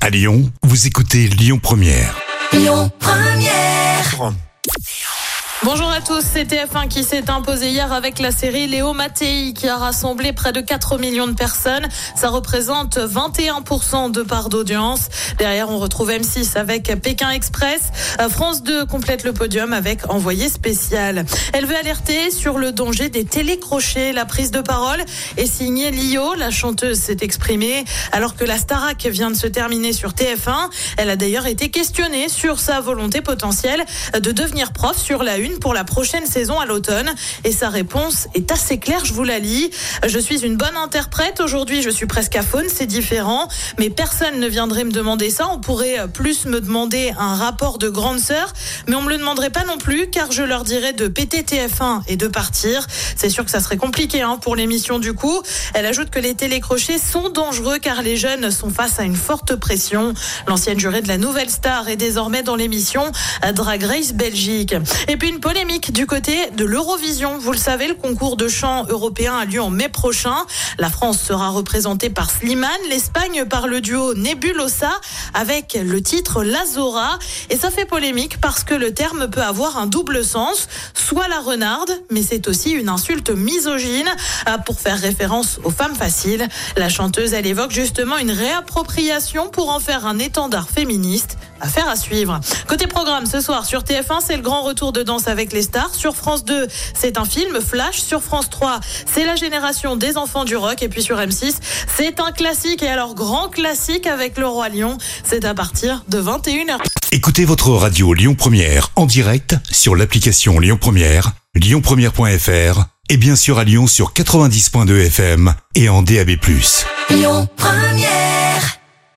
À Lyon, vous écoutez Lyon Première. Lyon Première. Bonjour à tous, c'est TF1 qui s'est imposé hier avec la série Léo Mattei qui a rassemblé près de 4 millions de personnes. Ça représente 21% de part d'audience. Derrière, on retrouve M6 avec Pékin Express. France 2 complète le podium avec Envoyé spécial. Elle veut alerter sur le danger des télécrochets. La prise de parole est signée Lio. La chanteuse s'est exprimée alors que la Starac vient de se terminer sur TF1. Elle a d'ailleurs été questionnée sur sa volonté potentielle de devenir prof sur la une pour la prochaine saison à l'automne. Et sa réponse est assez claire, je vous la lis. Je suis une bonne interprète. Aujourd'hui, je suis presque aphone, c'est différent. Mais personne ne viendrait me demander ça. On pourrait plus me demander un rapport de grande sœur. Mais on me le demanderait pas non plus, car je leur dirais de péter TF1 et de partir. C'est sûr que ça serait compliqué pour l'émission du coup. Elle ajoute que les télécrochets sont dangereux car les jeunes sont face à une forte pression. L'ancienne jurée de la Nouvelle Star est désormais dans l'émission Drag Race Belgique. Et puis une polémique du côté de l'Eurovision. Vous le savez, le concours de chant européen a lieu en mai prochain. La France sera représentée par Slimane, l'Espagne par le duo Nebulosa avec le titre La Zora. Et ça fait polémique parce que le terme peut avoir un double sens, soit la renarde, mais c'est aussi une insulte misogyne pour faire référence aux femmes faciles. La chanteuse, elle évoque justement une réappropriation pour en faire un étendard féministe. Affaire à suivre. Côté programme, ce soir sur TF1, c'est le grand retour de Danse avec les stars. Sur France 2, c'est un film, Flash. Sur France 3, c'est la génération des enfants du rock. Et puis sur M6, c'est un classique. Et alors, grand classique avec le Roi Lion. C'est à partir de 21h. Écoutez votre radio Lyon Première en direct sur l'application Lyon Première, lyonpremière.fr et bien sûr à Lyon sur 90.2 FM et en DAB+. Lyon Première.